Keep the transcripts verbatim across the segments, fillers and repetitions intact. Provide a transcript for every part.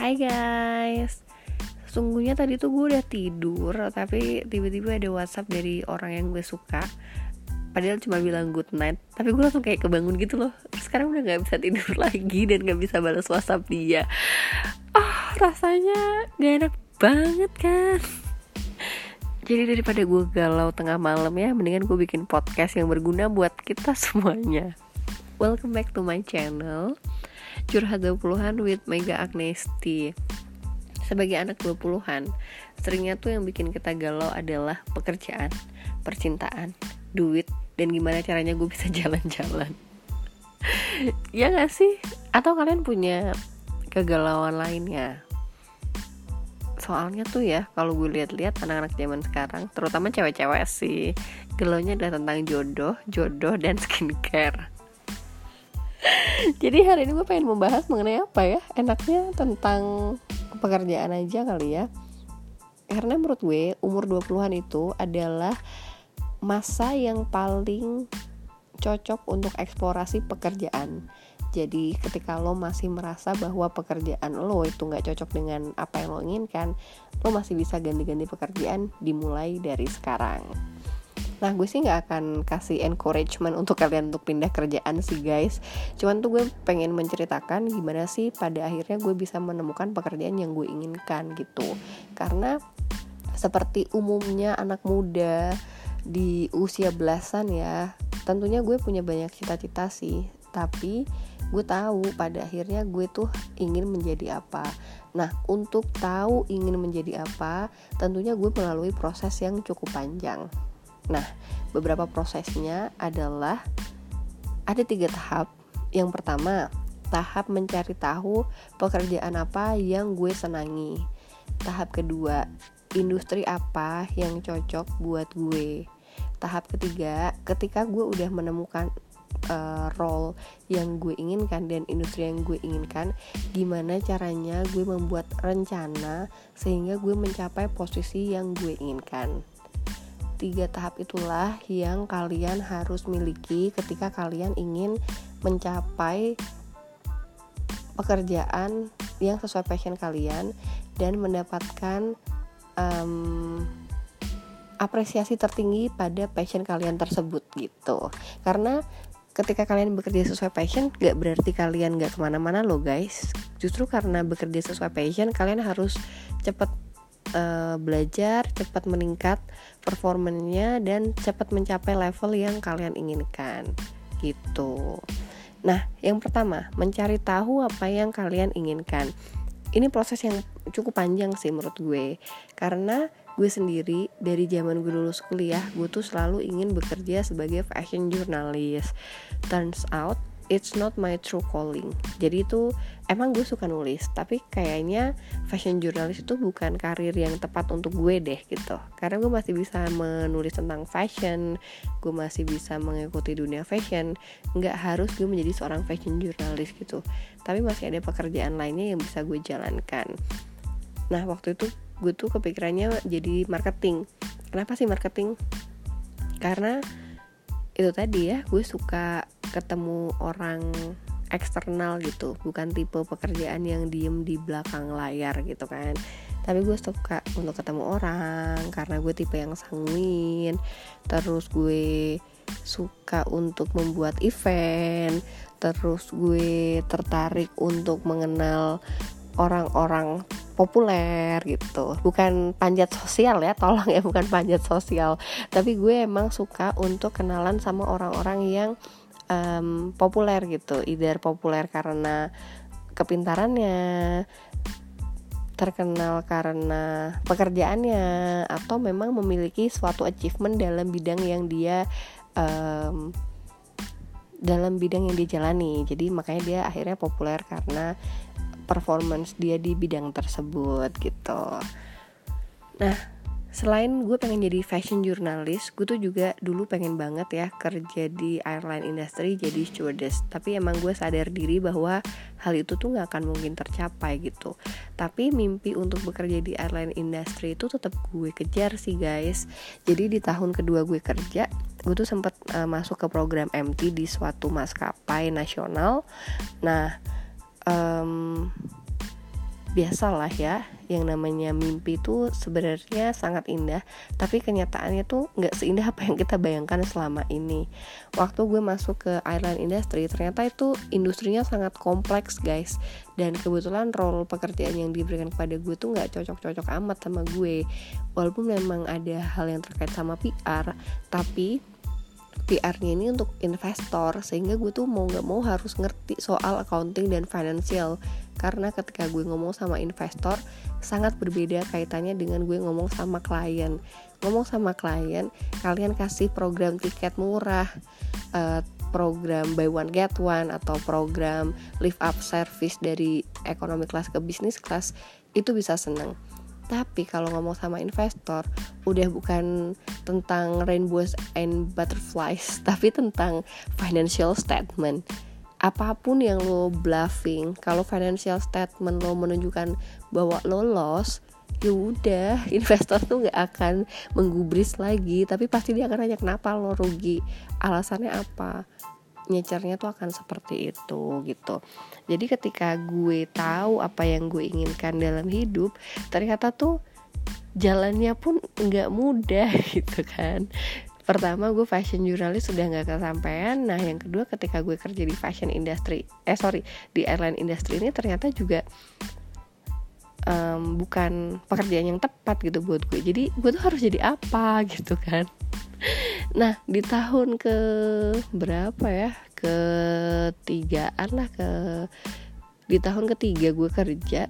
Hai guys, sesungguhnya tadi tuh gue udah tidur, tapi tiba-tiba ada WhatsApp dari orang yang gue suka. Padahal cuma bilang good night, tapi gue langsung kayak kebangun gitu loh. Sekarang udah gak bisa tidur lagi dan gak bisa balas WhatsApp dia. Ah, rasanya gak enak banget kan. Jadi daripada gue galau tengah malam ya, mendingan gue bikin podcast yang berguna buat kita semuanya. Welcome back to my channel Curhat dua puluhan with Mega Agnesti. Sebagai anak dua puluhan, seringnya tuh yang bikin kita galau adalah pekerjaan, percintaan, duit, dan gimana caranya gue bisa jalan-jalan. Ya gak sih? Atau kalian punya kegalauan lainnya? Soalnya tuh ya, kalau gue lihat-lihat anak-anak zaman sekarang, terutama cewek-cewek sih, galaunya adalah tentang jodoh, jodoh, dan skincare. Jadi hari ini gue pengen membahas mengenai apa ya? Enaknya tentang pekerjaan aja kali ya. Karena menurut gue umur dua puluhan itu adalah masa yang paling cocok untuk eksplorasi pekerjaan. Jadi ketika lo masih merasa bahwa pekerjaan lo itu gak cocok dengan apa yang lo inginkan, lo masih bisa ganti-ganti pekerjaan dimulai dari sekarang. Nah, gue sih gak akan kasih encouragement untuk kalian untuk pindah kerjaan sih guys. Cuman tuh gue pengen menceritakan gimana sih pada akhirnya gue bisa menemukan pekerjaan yang gue inginkan gitu. Karena seperti umumnya anak muda di usia belasan ya, tentunya gue punya banyak cita-cita sih. Tapi gue tahu pada akhirnya gue tuh ingin menjadi apa. Nah, untuk tahu ingin menjadi apa, tentunya gue melalui proses yang cukup panjang. Nah, beberapa prosesnya adalah ada tiga tahap. Yang pertama, tahap mencari tahu pekerjaan apa yang gue senangi. Tahap kedua, industri apa yang cocok buat gue. Tahap ketiga, ketika gue udah menemukan uh, role yang gue inginkan dan industri yang gue inginkan, gimana caranya gue membuat rencana sehingga gue mencapai posisi yang gue inginkan. Tiga tahap itulah yang kalian harus miliki ketika kalian ingin mencapai pekerjaan yang sesuai passion kalian dan mendapatkan um, apresiasi tertinggi pada passion kalian tersebut gitu. Karena ketika kalian bekerja sesuai passion, gak berarti kalian gak kemana-mana loh guys. Justru karena bekerja sesuai passion, kalian harus cepat Uh, belajar, cepat meningkat performanya dan cepat mencapai level yang kalian inginkan gitu. Nah, yang pertama, mencari tahu apa yang kalian inginkan. Ini proses yang cukup panjang sih menurut gue. Karena gue sendiri dari zaman gue lulus kuliah, gue tuh selalu ingin bekerja sebagai fashion journalist. Turns out it's not my true calling. Jadi itu emang gue suka nulis, tapi kayaknya fashion journalist itu bukan karir yang tepat untuk gue deh gitu. Karena gue masih bisa menulis tentang fashion, gue masih bisa mengikuti dunia fashion. Nggak harus gue menjadi seorang fashion journalist gitu, tapi masih ada pekerjaan lainnya yang bisa gue jalankan. Nah, waktu itu gue tuh kepikirannya jadi marketing. Kenapa sih marketing? Karena itu tadi ya, gue suka ketemu orang eksternal gitu, bukan tipe pekerjaan yang diem di belakang layar gitu kan. Tapi gue suka untuk ketemu orang karena gue tipe yang sanguin. Terus gue suka untuk membuat event. Terus gue tertarik untuk mengenal orang-orang populer gitu. Bukan panjat sosial ya, tolong ya, bukan panjat sosial. Tapi gue emang suka untuk kenalan sama orang-orang yang um, populer gitu. Either populer karena kepintarannya, terkenal karena pekerjaannya, atau memang memiliki suatu achievement dalam bidang yang dia um, dalam bidang yang dia jalani. Jadi makanya dia akhirnya populer karena performance dia di bidang tersebut gitu. Nah, selain gue pengen jadi fashion journalist, gue tuh juga dulu pengen banget ya kerja di airline industry jadi stewardess. Tapi emang gue sadar diri bahwa hal itu tuh gak akan mungkin tercapai gitu. Tapi mimpi untuk bekerja di airline industry itu tetap gue kejar sih guys. Jadi di tahun kedua gue kerja, gue tuh sempet uh, masuk ke program M T di suatu maskapai nasional. Nah, Um, biasalah ya, yang namanya mimpi itu sebenarnya sangat indah, tapi kenyataannya tuh nggak seindah apa yang kita bayangkan selama ini. Waktu gue masuk ke airline industry, ternyata itu industrinya sangat kompleks guys, dan kebetulan role pekerjaan yang diberikan kepada gue tuh nggak cocok-cocok amat sama gue. Walaupun memang ada hal yang terkait sama P R, tapi P R-nya ini untuk investor, sehingga gue tuh mau gak mau harus ngerti soal accounting dan financial. Karena ketika gue ngomong sama investor, sangat berbeda kaitannya dengan gue ngomong sama klien. Ngomong sama klien, kalian kasih program tiket murah, uh, program buy one get one, atau program lift up service dari economy class ke business class, itu bisa seneng. Tapi kalau ngomong sama investor, udah bukan tentang rainbows and butterflies, tapi tentang financial statement. Apapun yang lo bluffing, kalau financial statement lo menunjukkan bahwa lo loss, ya udah, investor tuh nggak akan menggubris lagi, tapi pasti dia akan nanya kenapa lo rugi, alasannya apa. Nyecernya tuh akan seperti itu gitu. Jadi ketika gue tahu apa yang gue inginkan dalam hidup, ternyata tuh jalannya pun nggak mudah gitu kan. Pertama, gue fashion jurnalis sudah nggak kesampaian. Nah yang kedua, ketika gue kerja di fashion industry, eh sorry di airline industry ini ternyata juga um, bukan pekerjaan yang tepat gitu buat gue. Jadi gue tuh harus jadi apa gitu kan. Nah di tahun ke berapa ya, ketigaan lah, ke di tahun ketiga gue kerja,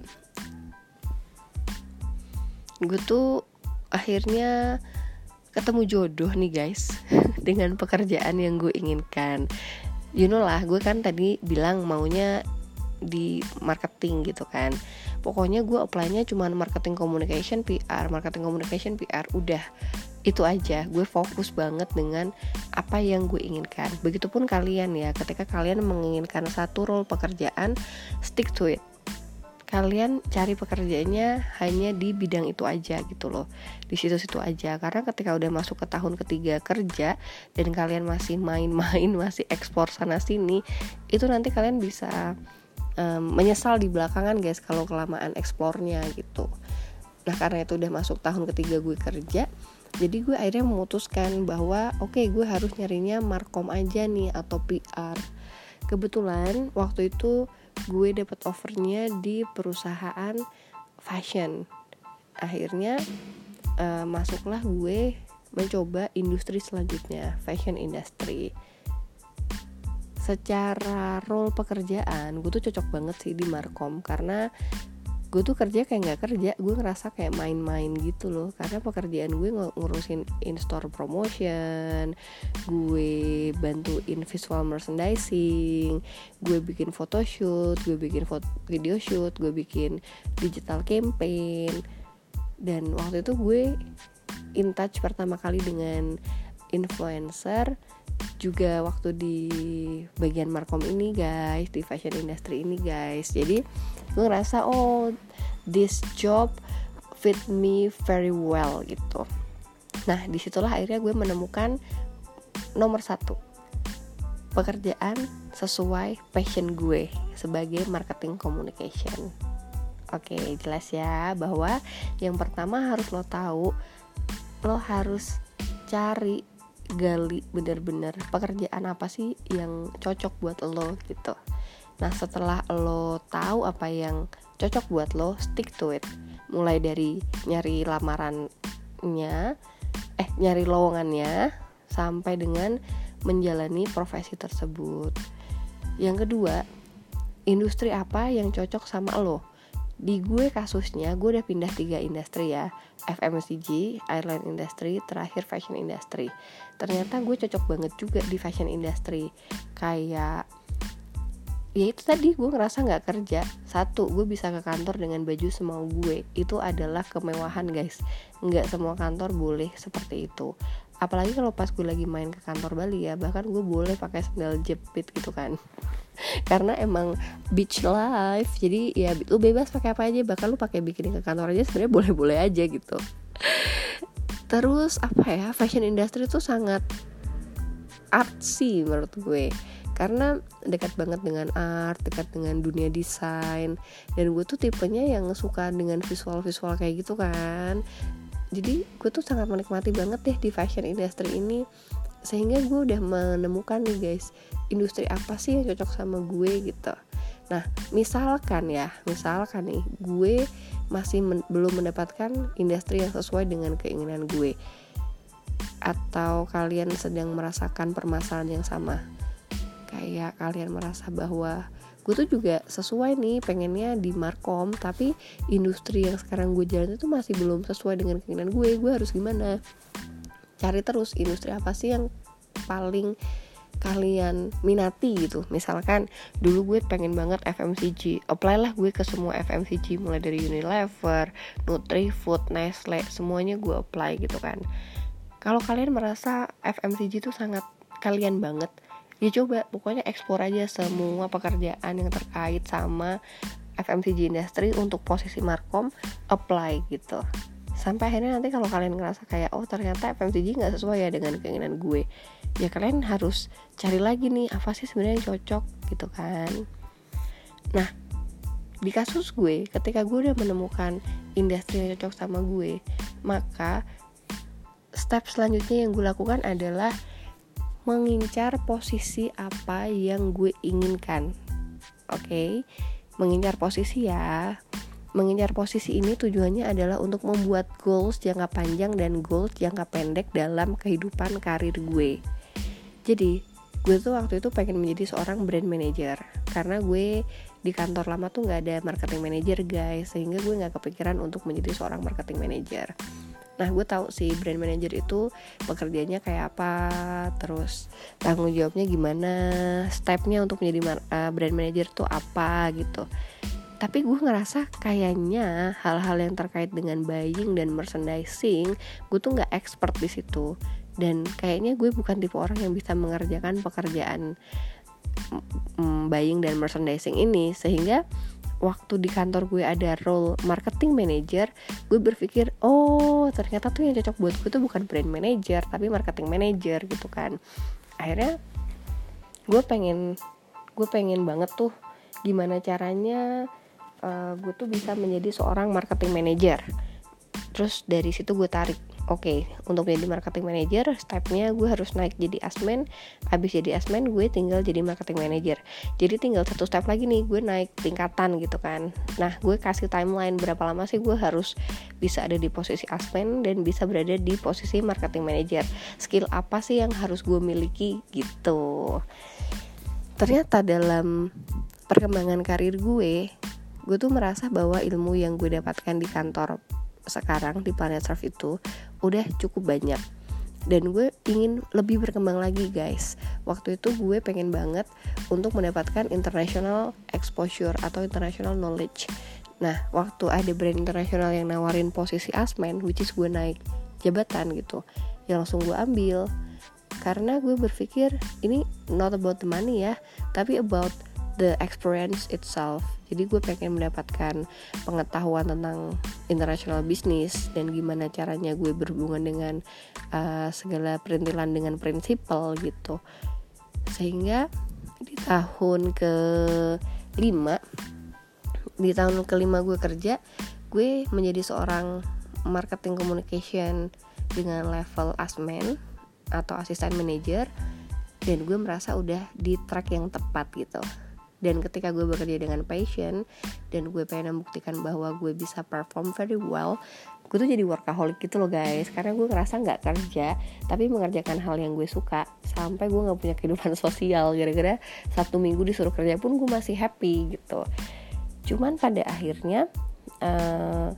gue tuh akhirnya ketemu jodoh nih guys dengan pekerjaan yang gue inginkan. You know lah, gue kan tadi bilang maunya di marketing gitu kan. Pokoknya gue apply-nya cuma marketing communication P R, marketing communication P R, udah itu aja. Gue fokus banget dengan apa yang gue inginkan. Begitupun kalian ya, ketika kalian menginginkan satu role pekerjaan, stick to it. Kalian cari pekerjaannya hanya di bidang itu aja gitu loh, di situ-situ aja. Karena ketika udah masuk ke tahun ketiga kerja dan kalian masih main-main, masih ekspor sana sini, itu nanti kalian bisa um, menyesal di belakangan guys kalau kelamaan eksplornya gitu. Nah karena itu udah masuk tahun ketiga gue kerja, jadi gue akhirnya memutuskan bahwa oke okay, gue harus nyarinya markom aja nih atau P R. Kebetulan waktu itu gue dapet offernya di perusahaan fashion. Akhirnya uh, masuklah gue mencoba industri selanjutnya, fashion industry. Secara role pekerjaan gue tuh cocok banget sih di markom, karena gue tuh kerja kayak nggak kerja, gue ngerasa kayak main-main gitu loh. Karena pekerjaan gue ngurusin in-store promotion, gue bantuin visual merchandising, gue bikin photoshoot, gue bikin foto, video shoot, gue bikin digital campaign. Dan waktu itu gue in touch pertama kali dengan influencer juga waktu di bagian markom ini guys, di fashion industry ini guys. Jadi gue ngerasa oh this job fit me very well gitu. Nah disitulah akhirnya gue menemukan nomor satu, pekerjaan sesuai passion gue sebagai marketing communication. Oke, jelas ya bahwa yang pertama harus lo tahu, lo harus cari, gali bener-bener pekerjaan apa sih yang cocok buat lo gitu. Nah setelah lo tahu apa yang cocok buat lo, stick to it. Mulai dari nyari lamarannya, eh nyari lowongannya, sampai dengan menjalani profesi tersebut. Yang kedua, industri apa yang cocok sama lo. Di gue kasusnya, gue udah pindah tiga industri ya, F M C G, airline industry, terakhir fashion industry. Ternyata gue cocok banget juga di fashion industry. Kayak ya itu tadi, gue ngerasa gak kerja. Satu, gue bisa ke kantor dengan baju semau gue. Itu adalah kemewahan guys. Gak semua kantor boleh seperti itu. Apalagi kalau pas gue lagi main ke kantor Bali ya, bahkan gue boleh pakai sandal jepit gitu kan. Karena emang beach life, jadi ya lu bebas pakai apa aja, bahkan lu pakai bikini ke kantor aja sebenarnya boleh-boleh aja gitu. Terus apa ya, fashion industry tuh sangat artsy menurut gue. karena dekat banget dengan art, dekat dengan dunia desain, dan gue tuh tipenya yang suka dengan visual-visual kayak gitu kan. Jadi gue tuh sangat menikmati banget deh di fashion industry ini, sehingga gue udah menemukan nih guys, industri apa sih yang cocok sama gue gitu. Nah misalkan ya, misalkan nih gue masih men- belum mendapatkan industri yang sesuai dengan keinginan gue, atau kalian sedang merasakan permasalahan yang sama, kayak kalian merasa bahwa gue tuh juga sesuai nih pengennya di Markom, tapi industri yang sekarang gue jalan itu masih belum sesuai dengan keinginan gue, gue harus gimana? Cari terus industri apa sih yang paling kalian minati gitu. Misalkan dulu gue pengen banget F M C G, apply lah gue ke semua F M C G, mulai dari Unilever, Nutrifood, Nestle, semuanya gue apply gitu kan. Kalau kalian merasa F M C G itu sangat kalian banget, ya coba pokoknya eksplor aja semua pekerjaan yang terkait sama F M C G industry untuk posisi Markom, apply gitu. Sampai akhirnya nanti kalau kalian ngerasa kayak oh ternyata F M C G gak sesuai ya dengan keinginan gue, ya kalian harus cari lagi nih apa sih sebenarnya yang cocok gitu kan. Nah di kasus gue, ketika gue udah menemukan industri yang cocok sama gue, maka step selanjutnya yang gue lakukan adalah mengincar posisi apa yang gue inginkan. Oke, okay? Mengincar posisi ya. Mengincar posisi ini tujuannya adalah untuk membuat goals jangka panjang dan goals jangka pendek dalam kehidupan karir gue. Jadi gue tuh waktu itu pengen menjadi seorang brand manager, karena gue di kantor lama tuh gak ada marketing manager guys, sehingga gue gak kepikiran untuk menjadi seorang marketing manager. Nah gue tahu sih brand manager itu pekerjaannya kayak apa, terus tanggung jawabnya gimana, stepnya untuk menjadi uh, brand manager tuh apa gitu. Tapi gue ngerasa kayaknya hal-hal yang terkait dengan buying dan merchandising gue tuh nggak expert di situ, dan kayaknya gue bukan tipe orang yang bisa mengerjakan pekerjaan mm, buying dan merchandising ini. Sehingga waktu di kantor gue ada role marketing manager, gue berpikir oh ternyata tuh yang cocok buat gue tuh bukan brand manager tapi marketing manager gitu kan. Akhirnya gue pengen gue pengen banget tuh gimana caranya uh, gue tuh bisa menjadi seorang marketing manager. Terus dari situ gue tarik, oke okay, untuk menjadi marketing manager stepnya gue harus naik jadi asmen. Abis jadi asmen gue tinggal jadi marketing manager. Jadi tinggal satu step lagi nih gue naik tingkatan gitu kan. Nah gue kasih timeline berapa lama sih gue harus bisa ada di posisi asmen dan bisa berada di posisi marketing manager. Skill apa sih yang harus gue miliki gitu. Ternyata dalam perkembangan karir gue, gue tuh merasa bahwa ilmu yang gue dapatkan di kantor sekarang di Planet Surf itu udah cukup banyak, dan gue ingin lebih berkembang lagi guys. Waktu itu gue pengen banget untuk mendapatkan international exposure atau international knowledge. Nah waktu ada brand internasional yang nawarin posisi asmen, which is gue naik jabatan gitu, ya langsung gue ambil. Karena gue berpikir ini not about the money ya, tapi about the experience itself. Jadi gue pengen mendapatkan pengetahuan tentang international business dan gimana caranya gue berhubungan dengan uh, segala perintilan dengan prinsipal gitu. Sehingga di tahun kelima, di tahun kelima gue kerja, gue menjadi seorang marketing communication dengan level asmen atau asisten manager, dan gue merasa udah di track yang tepat gitu. Dan ketika gue bekerja dengan passion dan gue pengen membuktikan bahwa gue bisa perform very well, gue tuh jadi workaholic gitu loh guys. Karena gue ngerasa gak kerja tapi mengerjakan hal yang gue suka, sampai gue gak punya kehidupan sosial. Gara-gara Sabtu Minggu disuruh kerja pun gue masih happy gitu. Cuman pada akhirnya uh,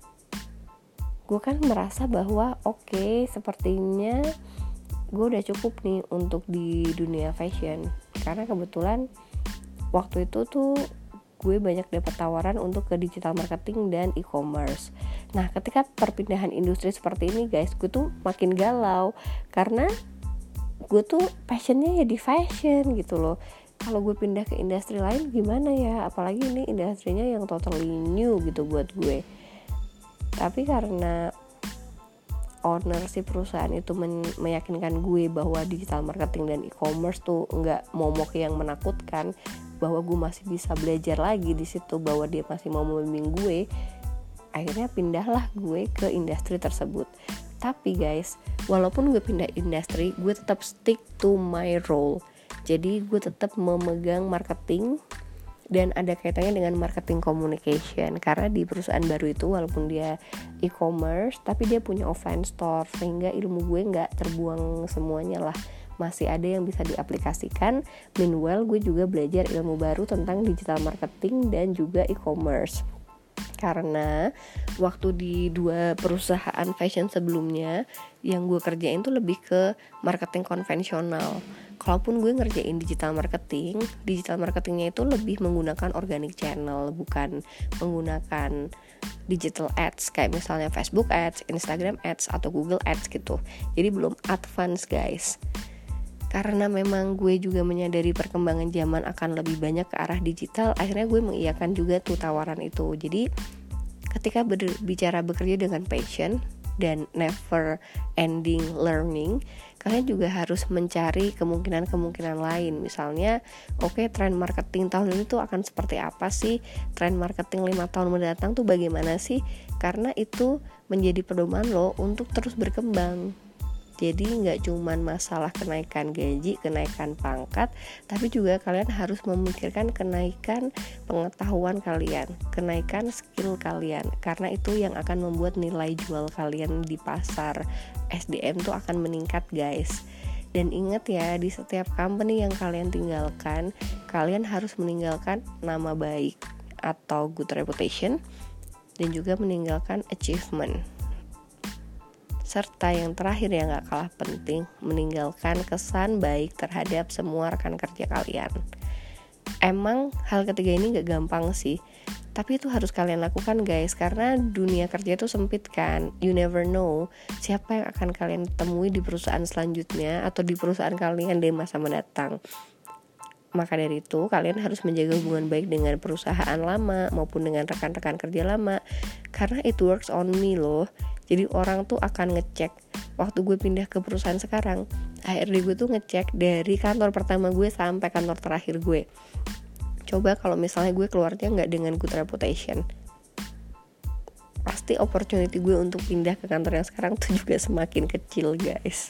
gue kan merasa bahwa oke okay, sepertinya gue udah cukup nih untuk di dunia fashion. Karena kebetulan waktu itu tuh gue banyak dapat tawaran untuk ke digital marketing dan e-commerce. Nah ketika perpindahan industri seperti ini guys, gue tuh makin galau, karena gue tuh passionnya ya di fashion gitu loh. Kalau gue pindah ke industri lain gimana ya, apalagi ini industrinya yang totally new gitu buat gue. Tapi karena owner si perusahaan itu men- meyakinkan gue bahwa digital marketing dan e-commerce tuh nggak momok yang menakutkan, bahwa gue masih bisa belajar lagi di situ, bahwa dia masih mau membimbing gue, akhirnya pindahlah gue ke industri tersebut. Tapi guys, walaupun gue pindah industri, gue tetap stick to my role. Jadi gue tetap memegang marketing dan ada kaitannya dengan marketing communication, karena di perusahaan baru itu walaupun dia e-commerce tapi dia punya offline store, sehingga ilmu gue nggak terbuang semuanya lah, masih ada yang bisa diaplikasikan. Meanwhile gue juga belajar ilmu baru tentang digital marketing dan juga e-commerce. Karena waktu di dua perusahaan fashion sebelumnya yang gue kerjain tuh lebih ke marketing konvensional. Kalaupun gue ngerjain digital marketing, digital marketingnya itu lebih menggunakan organic channel, bukan menggunakan digital ads kayak misalnya Facebook ads, Instagram ads, atau Google ads gitu. Jadi belum advance guys. Karena memang gue juga menyadari perkembangan zaman akan lebih banyak ke arah digital, akhirnya gue mengiyakan juga tuh tawaran itu. Jadi ketika berbicara bekerja dengan passion dan never ending learning, kalian juga harus mencari kemungkinan-kemungkinan lain. Misalnya, oke okay, tren marketing tahun ini tuh akan seperti apa sih? Tren marketing lima tahun mendatang tuh bagaimana sih? Karena itu menjadi pedoman lo untuk terus berkembang. Jadi gak cuman masalah kenaikan gaji, kenaikan pangkat, tapi juga kalian harus memikirkan kenaikan pengetahuan kalian, kenaikan skill kalian, karena itu yang akan membuat nilai jual kalian di pasar S D M tuh akan meningkat guys. Dan ingat ya, di setiap company yang kalian tinggalkan, kalian harus meninggalkan nama baik atau good reputation, dan juga meninggalkan achievement. Serta yang terakhir yang gak kalah penting, meninggalkan kesan baik terhadap semua rekan kerja kalian. Emang hal ketiga ini gak gampang sih, tapi itu harus kalian lakukan guys, karena dunia kerja itu sempit kan. You never know siapa yang akan kalian temui di perusahaan selanjutnya atau di perusahaan kalian di masa mendatang. Maka dari itu kalian harus menjaga hubungan baik dengan perusahaan lama maupun dengan rekan-rekan kerja lama, karena it works on me loh. Jadi orang tuh akan ngecek. Waktu gue pindah ke perusahaan sekarang, H R D gue tuh ngecek dari kantor pertama gue sampai kantor terakhir gue. Coba kalau misalnya gue keluarnya gak dengan good reputation, pasti opportunity gue untuk pindah ke kantor yang sekarang tuh juga semakin kecil guys.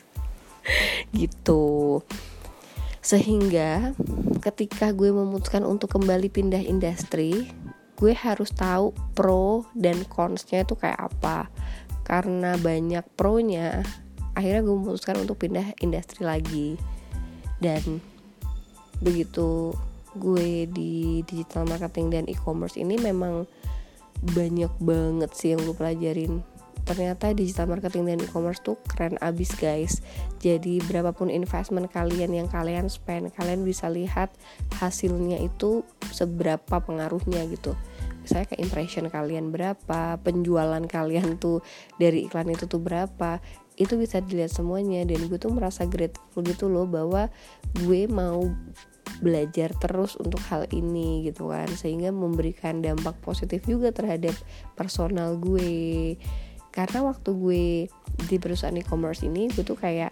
Gitu. Sehingga ketika gue memutuskan untuk kembali pindah industri, gue harus tahu pro dan cons-nya itu kayak apa. Karena banyak pro-nya, akhirnya gue memutuskan untuk pindah industri lagi. Dan begitu gue di digital marketing dan e-commerce ini memang banyak banget sih yang gue pelajarin. Ternyata digital marketing dan e-commerce tuh keren abis guys. Jadi berapapun investment kalian yang kalian spend, kalian bisa lihat hasilnya itu seberapa pengaruhnya gitu. Misalnya ke impression kalian berapa, penjualan kalian tuh dari iklan itu tuh berapa, itu bisa dilihat semuanya. Dan gue tuh merasa grateful gitu loh, bahwa gue mau belajar terus untuk hal ini gitu kan, sehingga memberikan dampak positif juga terhadap personal gue. Karena waktu gue di perusahaan e-commerce ini, gue tuh kayak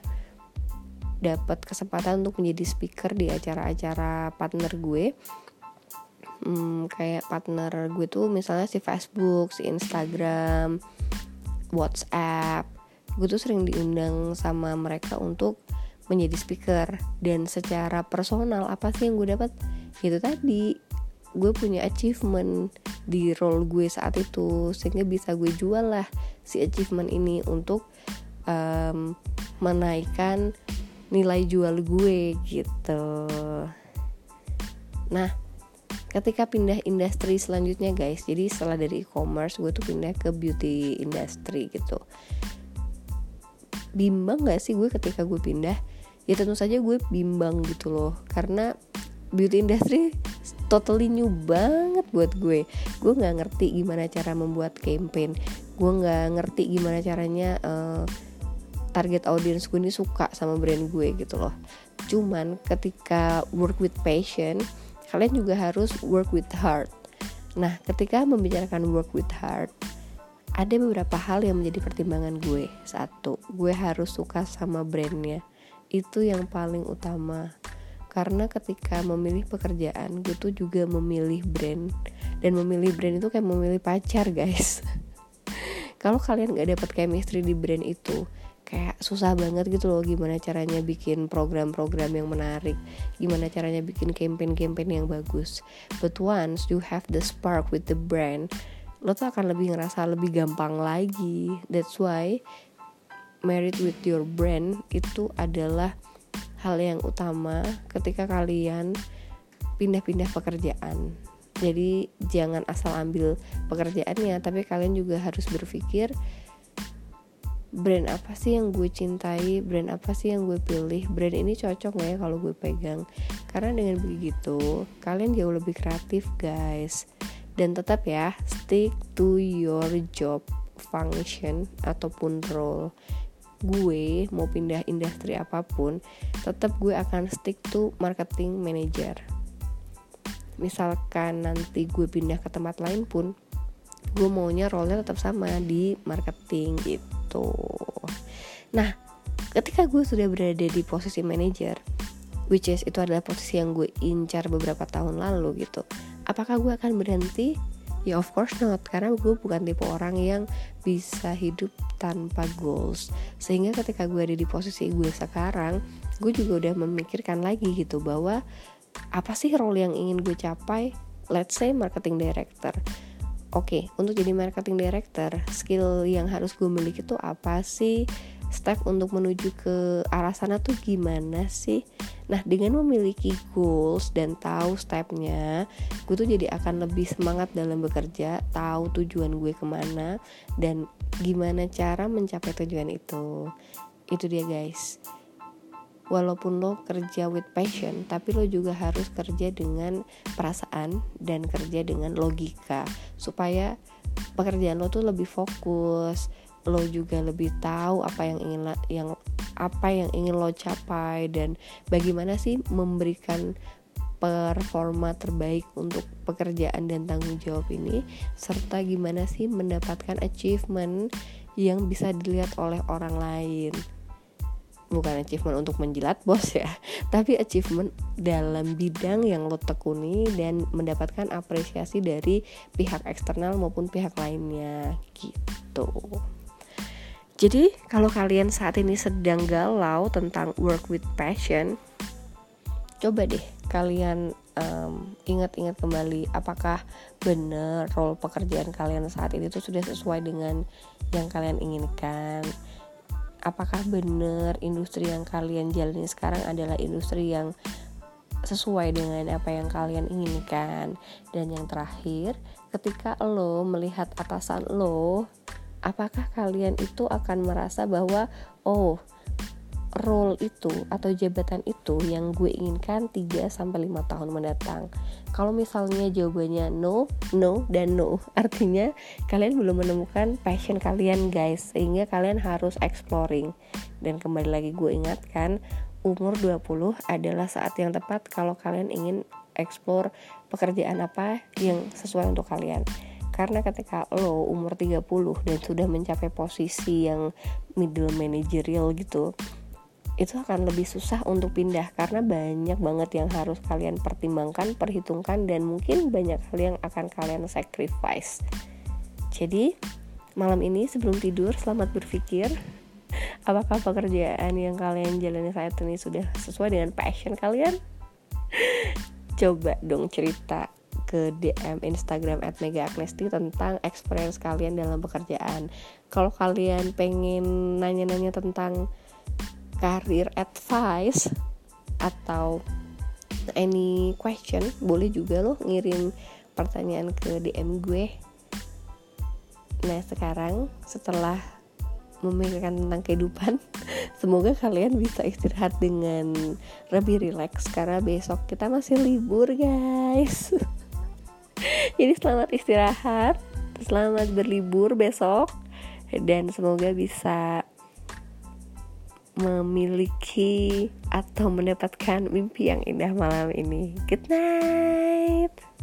dapat kesempatan untuk menjadi speaker di acara-acara partner gue. Hmm, kayak partner gue tuh misalnya si Facebook, si Instagram, WhatsApp. Gue tuh sering diundang sama mereka untuk menjadi speaker. Dan secara personal apa sih yang gue dapat? Itu tadi, gue punya achievement di role gue saat itu, sehingga bisa gue jual lah si achievement ini untuk um, menaikkan nilai jual gue gitu. Nah, ketika pindah industri selanjutnya guys, jadi setelah dari e-commerce gue tuh pindah ke beauty industry gitu. Bimbang gak sih gue ketika gue pindah? Ya tentu saja gue bimbang gitu loh, karena beauty industry totally new banget buat gue. Gue gak ngerti gimana cara membuat campaign, gue gak ngerti gimana caranya uh, target audience gue ini suka sama brand gue gitu loh. Cuman ketika work with passion, kalian juga harus work with heart. Nah, ketika membicarakan work with heart, ada beberapa hal yang menjadi pertimbangan gue. Satu, gue harus suka sama brandnya. Itu yang paling utama. Karena ketika memilih pekerjaan, gue tuh juga memilih brand. Dan memilih brand itu kayak memilih pacar, guys. Kalau kalian gak dapet chemistry di brand itu, kayak susah banget gitu loh gimana caranya bikin program-program yang menarik, gimana caranya bikin campaign-campaign yang bagus. But once you have the spark with the brand, lo tuh akan lebih ngerasa lebih gampang lagi. That's why married with your brand itu adalah hal yang utama ketika kalian pindah-pindah pekerjaan. Jadi jangan asal ambil pekerjaannya, tapi kalian juga harus berpikir, brand apa sih yang gue cintai, brand apa sih yang gue pilih, brand ini cocok gak ya kalau gue pegang. Karena dengan begitu kalian jauh lebih kreatif, guys. Dan tetap ya, stick to your job function ataupun role. Gue mau pindah industri apapun, tetap gue akan stick to marketing manager. Misalkan nanti gue pindah ke tempat lain pun, gue maunya role-nya tetap sama di marketing gitu. Nah, ketika gue sudah berada di posisi manager, which is itu adalah posisi yang gue incar beberapa tahun lalu gitu, apakah gue akan berhenti? Ya of course not, karena gue bukan tipe orang yang bisa hidup tanpa goals. Sehingga ketika gue ada di posisi gue sekarang, gue juga udah memikirkan lagi gitu bahwa apa sih role yang ingin gue capai. Let's say marketing director. Oke, okay, untuk jadi marketing director, skill yang harus gue miliki tuh apa sih? Step untuk menuju ke arah sana tuh gimana sih? Nah, dengan memiliki goals dan tahu stepnya, gue tuh jadi akan lebih semangat dalam bekerja, tahu tujuan gue kemana, dan gimana cara mencapai tujuan itu. Itu dia, guys. Walaupun lo kerja with passion, tapi lo juga harus kerja dengan perasaan dan kerja dengan logika, supaya pekerjaan lo tuh lebih fokus, lo juga lebih tahu apa yang ingin yang apa yang ingin lo capai dan bagaimana sih memberikan performa terbaik untuk pekerjaan dan tanggung jawab ini, serta gimana sih mendapatkan achievement yang bisa dilihat oleh orang lain. Bukan achievement untuk menjilat bos ya, tapi achievement dalam bidang yang lo tekuni dan mendapatkan apresiasi dari pihak eksternal maupun pihak lainnya gitu. Jadi kalau kalian saat ini sedang galau tentang work with passion, coba deh kalian um, ingat-ingat kembali, apakah benar role pekerjaan kalian saat ini tuh sudah sesuai dengan yang kalian inginkan. Apakah benar industri yang kalian jalani sekarang adalah industri yang sesuai dengan apa yang kalian inginkan. Dan yang terakhir, ketika lo melihat atasan lo, apakah kalian itu akan merasa bahwa oh, role itu atau jabatan itu yang gue inginkan tiga sampai lima tahun mendatang. Kalau misalnya jawabannya no, no, dan no, artinya kalian belum menemukan passion kalian, guys. Sehingga kalian harus exploring. Dan kembali lagi gue ingatkan, umur dua puluh adalah saat yang tepat kalau kalian ingin explore pekerjaan apa yang sesuai untuk kalian. Karena ketika lo umur tiga puluh dan sudah mencapai posisi yang middle managerial gitu, itu akan lebih susah untuk pindah karena banyak banget yang harus kalian pertimbangkan, perhitungkan, dan mungkin banyak hal yang akan kalian sacrifice. Jadi malam ini sebelum tidur, selamat berpikir, apakah pekerjaan yang kalian jalani saat ini sudah sesuai dengan passion kalian? Coba dong cerita ke D M Instagram at mega agnesti tentang experience kalian dalam pekerjaan. Kalau kalian pengen nanya-nanya tentang career advice atau any question, boleh juga lo ngirim pertanyaan ke D M gue. Nah sekarang setelah memikirkan tentang kehidupan, semoga kalian bisa istirahat dengan lebih rileks karena besok kita masih libur, guys. Jadi selamat istirahat, selamat berlibur besok, dan semoga bisa memiliki atau mendapatkan mimpi yang indah malam ini. Good night.